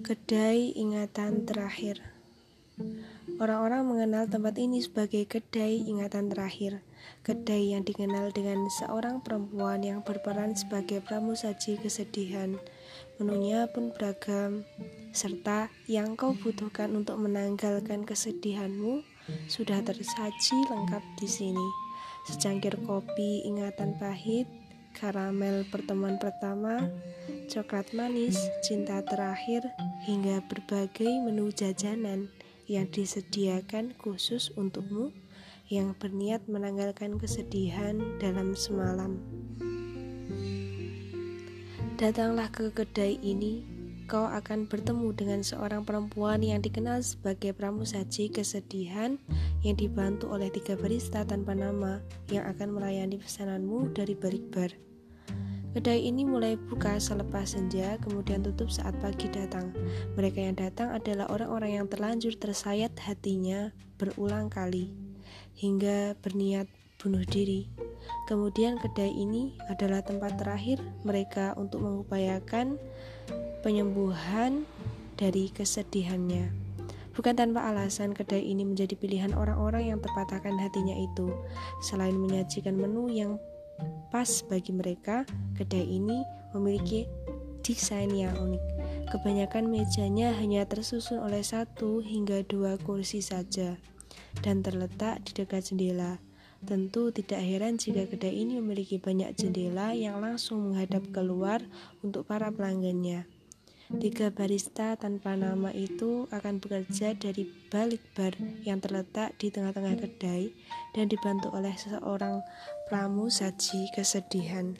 Kedai ingatan terakhir. Orang-orang mengenal tempat ini sebagai kedai ingatan terakhir. Kedai yang dikenal dengan seorang perempuan yang berperan sebagai pramusaji kesedihan. Menunya pun beragam, serta yang kau butuhkan untuk menanggalkan kesedihanmu sudah tersaji lengkap di sini. Secangkir kopi ingatan pahit, karamel pertemuan pertama, coklat manis, cinta terakhir, hingga berbagai menu jajanan yang disediakan khusus untukmu yang berniat menanggalkan kesedihan dalam semalam. Datanglah ke kedai ini, kau akan bertemu dengan seorang perempuan yang dikenal sebagai pramusaji kesedihan yang dibantu oleh 3 barista tanpa nama yang akan melayani pesananmu dari balik bar. Kedai ini mulai buka selepas senja, kemudian tutup saat pagi datang. Mereka yang datang adalah orang-orang yang terlanjur tersayat hatinya berulang kali, hingga berniat bunuh diri. Kemudian kedai ini adalah tempat terakhir mereka untuk mengupayakan penyembuhan dari kesedihannya. Bukan tanpa alasan kedai ini menjadi pilihan orang-orang yang terpatahkan hatinya itu. Selain menyajikan menu yang pas bagi mereka, kedai ini memiliki desain yang unik. Kebanyakan mejanya hanya tersusun oleh 1 hingga 2 kursi saja dan terletak di dekat jendela. Tentu tidak heran jika kedai ini memiliki banyak jendela yang langsung menghadap keluar untuk para pelanggannya. 3 barista tanpa nama itu akan bekerja dari balik bar yang terletak di tengah-tengah kedai dan dibantu oleh seorang pramusaji kesedihan.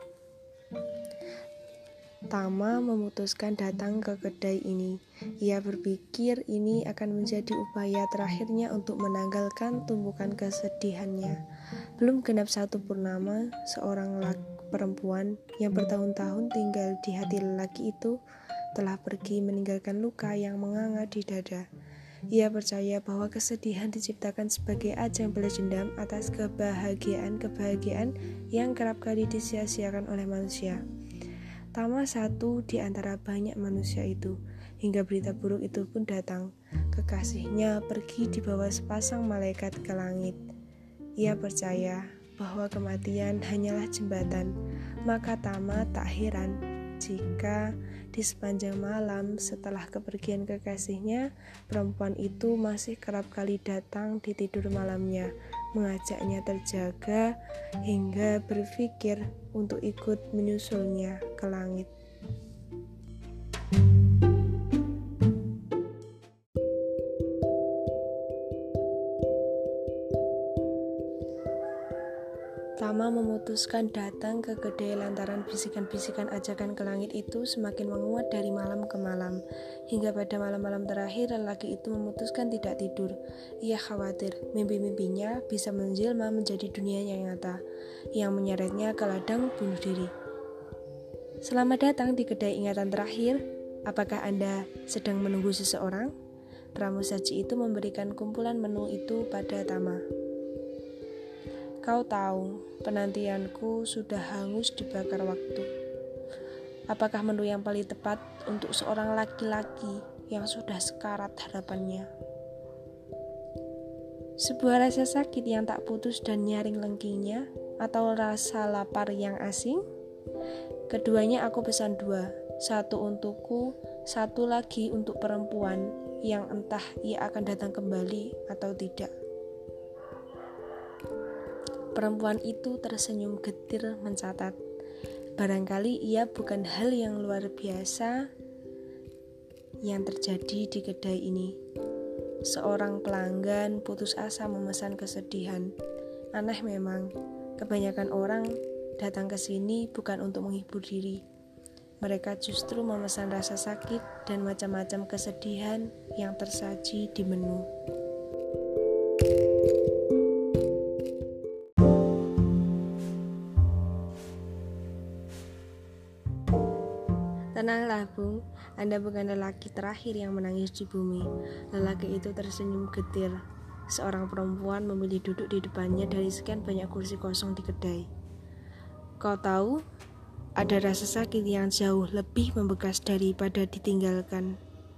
Tama memutuskan datang ke kedai ini. Ia berpikir ini akan menjadi upaya terakhirnya untuk menanggalkan tumpukan kesedihannya. Belum genap 1 purnama, seorang perempuan yang bertahun-tahun tinggal di hati lelaki itu telah pergi meninggalkan luka yang menganga di dada. Ia percaya bahwa kesedihan diciptakan sebagai ajang balas dendam atas kebahagiaan yang kerap kali disia-siakan oleh manusia. Tama 1 di antara banyak manusia itu, hingga berita buruk itu pun datang. Kekasihnya pergi dibawa sepasang malaikat ke langit. Ia percaya bahwa kematian hanyalah jembatan, maka Tama tak heran jika di sepanjang malam setelah kepergian kekasihnya, perempuan itu masih kerap kali datang di tidur malamnya, mengajaknya terjaga hingga berpikir untuk ikut menyusulnya ke langit. Tama memutuskan datang ke kedai lantaran bisikan-bisikan ajakan ke langit itu semakin menguat dari malam ke malam. Hingga pada malam-malam terakhir, lelaki itu memutuskan tidak tidur. Ia khawatir mimpi-mimpinya bisa menjelma menjadi dunia yang nyata, yang menyeretnya ke ladang bunuh diri. Selamat datang di kedai ingatan terakhir. Apakah Anda sedang menunggu seseorang? Pramusaji itu memberikan kumpulan menu itu pada Tama. Kau tahu, penantianku sudah hangus dibakar waktu. Apakah menu yang paling tepat untuk seorang laki-laki yang sudah sekarat harapannya? Sebuah rasa sakit yang tak putus dan nyaring lengkingnya, atau rasa lapar yang asing? Keduanya aku pesan 2, 1 untukku, 1 lagi untuk perempuan yang entah ia akan datang kembali atau tidak. Perempuan itu tersenyum getir mencatat. Barangkali ia bukan hal yang luar biasa yang terjadi di kedai ini. Seorang pelanggan putus asa memesan kesedihan. Aneh memang, kebanyakan orang datang ke sini bukan untuk menghibur diri. Mereka justru memesan rasa sakit dan macam-macam kesedihan yang tersaji di menu. Tenanglah Bung, Anda bukan lelaki terakhir yang menangis di bumi. Lelaki itu tersenyum getir. Seorang perempuan memilih duduk di depannya dari sekian banyak kursi kosong di kedai. Kau tahu, ada rasa sakit yang jauh lebih membekas daripada ditinggalkan.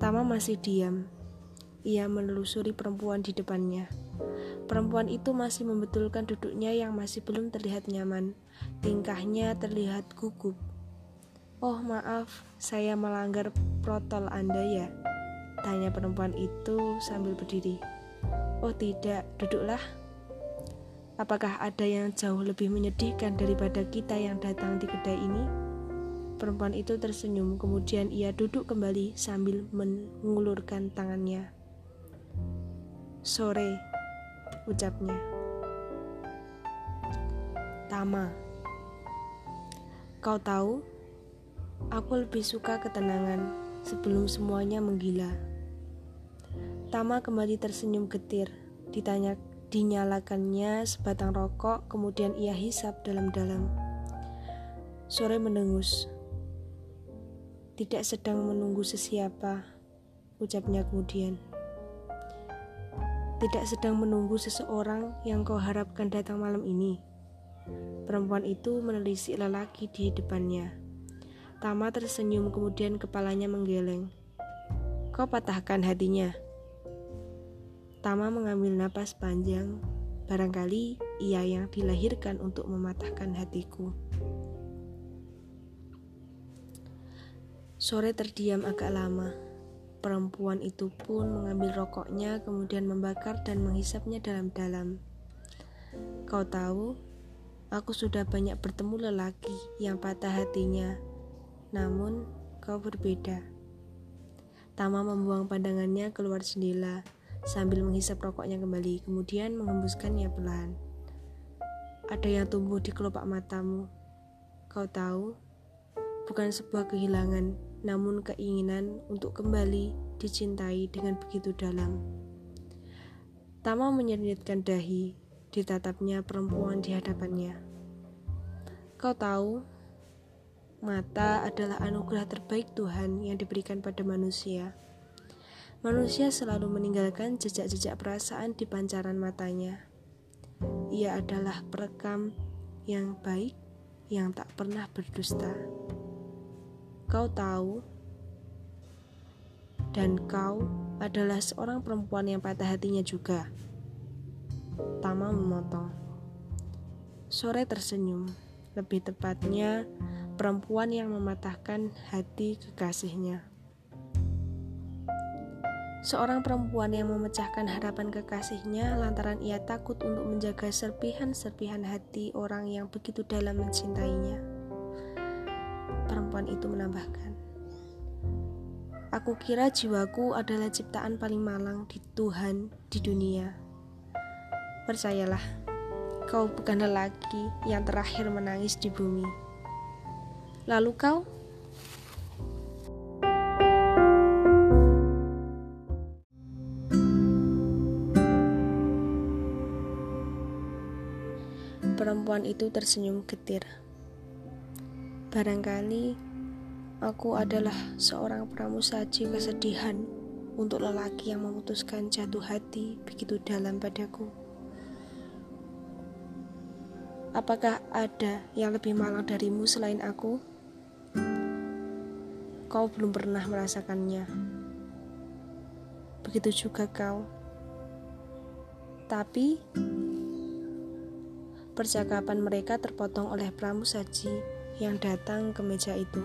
Tama masih diam. Ia menelusuri perempuan di depannya. Perempuan itu masih membetulkan duduknya yang masih belum terlihat nyaman. Tingkahnya terlihat gugup. "Oh maaf, saya melanggar protol Anda ya?" tanya perempuan itu sambil berdiri. "Oh tidak, duduklah. Apakah ada yang jauh lebih menyedihkan daripada kita yang datang di kedai ini?" Perempuan itu tersenyum, kemudian ia duduk kembali sambil mengulurkan tangannya. "Sore," ucapnya. "Tama, kau tahu, aku lebih suka ketenangan sebelum semuanya menggila." Tama kembali tersenyum getir. Dinyalakannya sebatang rokok, kemudian ia hisap dalam-dalam. Sore mendengus. "Tidak sedang menunggu sesiapa," ucapnya kemudian. "Tidak sedang menunggu seseorang yang kau harapkan datang malam ini." Perempuan itu menelisik lelaki di depannya. Tama tersenyum, kemudian kepalanya menggeleng. "Kau patahkan hatinya?" Tama mengambil napas panjang. Barangkali ia yang dilahirkan untuk mematahkan hatiku. Sore terdiam agak lama. Perempuan itu pun mengambil rokoknya, kemudian membakar dan menghisapnya dalam-dalam. "Kau tahu, aku sudah banyak bertemu lelaki yang patah hatinya, namun kau berbeda." Tama membuang pandangannya keluar jendela sambil menghisap rokoknya kembali, kemudian menghembuskannya pelan. "Ada yang tumbuh di kelopak matamu. Kau tahu, bukan sebuah kehilangan, namun keinginan untuk kembali dicintai dengan begitu dalam." Tama menyerinitkan dahi, ditatapnya perempuan di hadapannya. "Kau tahu, mata adalah anugerah terbaik Tuhan yang diberikan pada manusia. Manusia selalu meninggalkan jejak-jejak perasaan di pancaran matanya. Ia adalah perekam yang baik yang tak pernah berdusta. Kau tahu, dan kau adalah seorang perempuan yang patah hatinya juga." Tama memotong. Sore tersenyum. Lebih tepatnya, perempuan yang mematahkan hati kekasihnya. Seorang perempuan yang memecahkan harapan kekasihnya lantaran ia takut untuk menjaga serpihan-serpihan hati orang yang begitu dalam mencintainya. Perempuan itu menambahkan, "Aku kira jiwaku adalah ciptaan paling malang di Tuhan di dunia. Percayalah, kau bukan lelaki yang terakhir menangis di bumi. Lalu kau?" Perempuan itu tersenyum getir. "Barangkali aku adalah seorang pramusaji kesedihan untuk lelaki yang memutuskan jatuh hati begitu dalam padaku. Apakah ada yang lebih malang darimu selain aku? Kau belum pernah merasakannya. Begitu juga kau. Tapi percakapan mereka terpotong oleh pramusaji yang datang ke meja itu.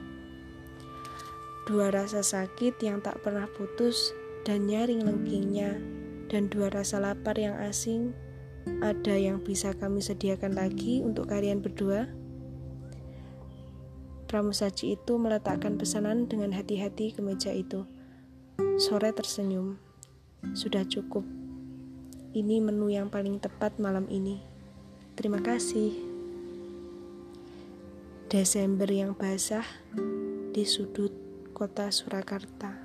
Dua rasa sakit yang tak pernah putus dan nyaring lengkingnya, dan dua rasa lapar yang asing. Ada yang bisa kami sediakan lagi untuk kalian berdua?" Pramusaji itu meletakkan pesanan dengan hati-hati ke meja itu. Sore tersenyum. "Sudah cukup. Ini menu yang paling tepat malam ini. Terima kasih." Desember yang basah di sudut kota Surakarta.